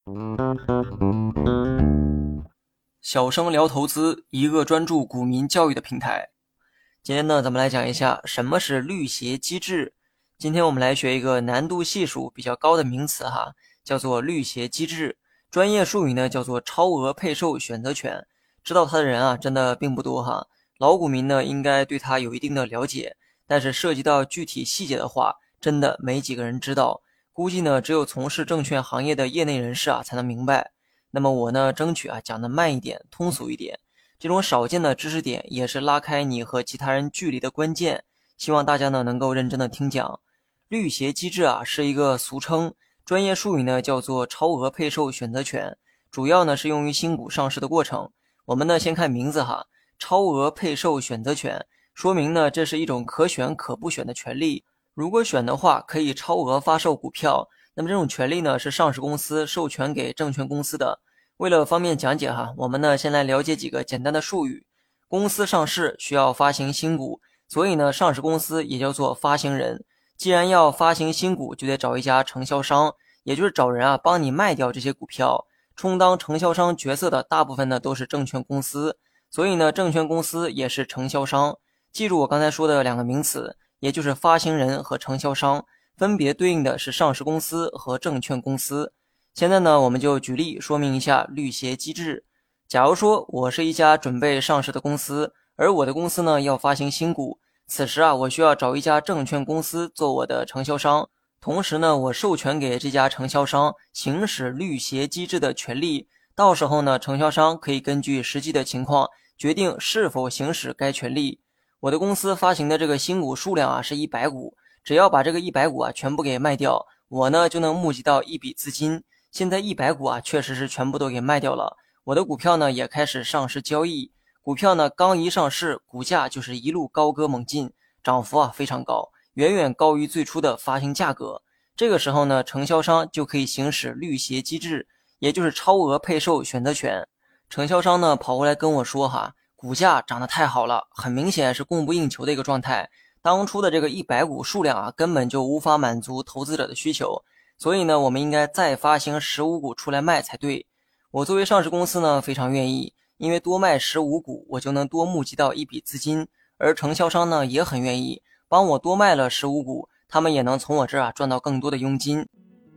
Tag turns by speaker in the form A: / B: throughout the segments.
A: 小生聊投资，一个专注股民教育的平台。今天呢，咱们来讲一下什么是绿鞋机制。今天我们来学一个难度系数比较高的名词哈，叫做绿鞋机制。专业术语呢叫做超额配售选择权。知道它的人啊，真的并不多哈。老股民呢，应该对它有一定的了解，但是涉及到具体细节的话，真的没几个人知道。估计呢，只有从事证券行业的业内人士啊才能明白。那么我呢，争取讲得慢一点，通俗一点。这种少见的知识点也是拉开你和其他人距离的关键。希望大家呢能够认真的听讲。绿鞋机制是一个俗称，专业术语呢叫做超额配售选择权，主要呢是用于新股上市的过程。我们呢先看名字哈，超额配售选择权，说明呢这是一种可选可不选的权利。如果选的话，可以超额发售股票。那么这种权利呢，是上市公司授权给证券公司的。为了方便讲解哈，我们呢先来了解几个简单的术语。公司上市需要发行新股，所以呢上市公司也叫做发行人。既然要发行新股，就得找一家承销商，也就是找人帮你卖掉这些股票。充当承销商角色的大部分呢都是证券公司，所以呢证券公司也是承销商。记住我刚才说的两个名词，也就是发行人和承销商，分别对应的是上市公司和证券公司。现在呢，我们就举例说明一下绿鞋机制。假如说我是一家准备上市的公司，而我的公司呢要发行新股，此时我需要找一家证券公司做我的承销商，同时呢，我授权给这家承销商行使绿鞋机制的权利。到时候呢，承销商可以根据实际的情况决定是否行使该权利。我的公司发行的这个新股数量是100股，只要把这个100股全部给卖掉，我呢就能募集到一笔资金。现在100股确实是全部都给卖掉了，我的股票呢也开始上市交易。股票呢刚一上市，股价就是一路高歌猛进，涨幅非常高，远远高于最初的发行价格。这个时候呢，承销商就可以行使绿鞋机制，也就是超额配售选择权。承销商呢跑过来跟我说股价涨得太好了，很明显是供不应求的一个状态。当初的这个100股数量根本就无法满足投资者的需求，所以呢，我们应该再发行15股出来卖才对。我作为上市公司呢，非常愿意，因为多卖15股，我就能多募集到一笔资金。而承销商呢，也很愿意帮我多卖了15股，他们也能从我这儿赚到更多的佣金。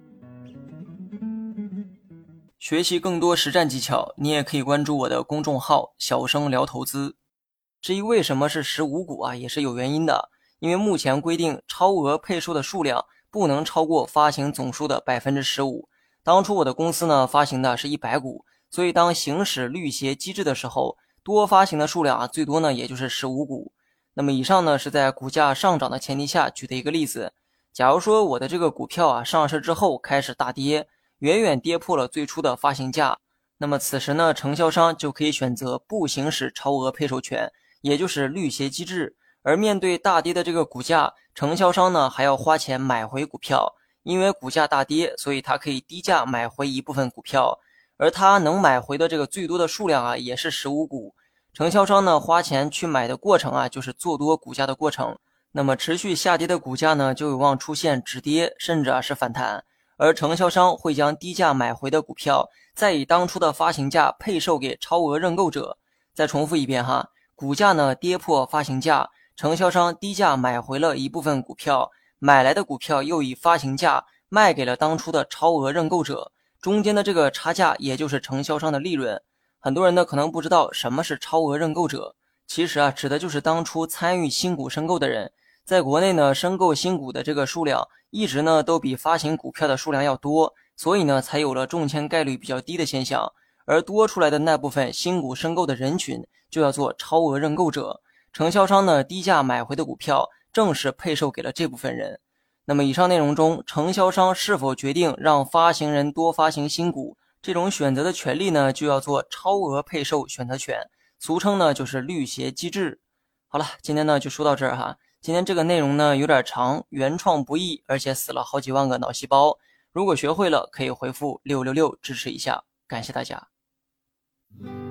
A: 学习更多实战技巧，你也可以关注我的公众号小生聊投资。至于为什么是15股也是有原因的，因为目前规定超额配售的数量不能超过发行总数的 15%。 当初我的公司呢发行的是100股，所以当行使绿鞋机制的时候，多发行的数量最多呢也就是15股。那么以上呢是在股价上涨的前提下举的一个例子。假如说我的这个股票上市之后开始大跌，远远跌破了最初的发行价，那么此时呢承销商就可以选择不行使超额配售权，也就是绿鞋机制。而面对大跌的这个股价，承销商呢还要花钱买回股票，因为股价大跌，所以他可以低价买回一部分股票，而他能买回的这个最多的数量也是15股。承销商呢花钱去买的过程就是做多股价的过程，那么持续下跌的股价呢就有望出现止跌，甚至是反弹。而承销商会将低价买回的股票再以当初的发行价配售给超额认购者。再重复一遍股价呢跌破发行价，承销商低价买回了一部分股票，买来的股票又以发行价卖给了当初的超额认购者，中间的这个差价也就是承销商的利润。很多人呢可能不知道什么是超额认购者，其实指的就是当初参与新股申购的人。在国内呢，申购新股的这个数量一直呢都比发行股票的数量要多，所以呢才有了中签概率比较低的现象。而多出来的那部分新股申购的人群就叫做超额认购者，承销商呢低价买回的股票正是配售给了这部分人。那么以上内容中，承销商是否决定让发行人多发行新股，这种选择的权利呢就叫做超额配售选择权，俗称呢就是绿鞋机制。好了，今天呢就说到这儿今天这个内容呢有点长，原创不易，而且死了好几万个脑细胞。如果学会了，可以回复666支持一下，感谢大家。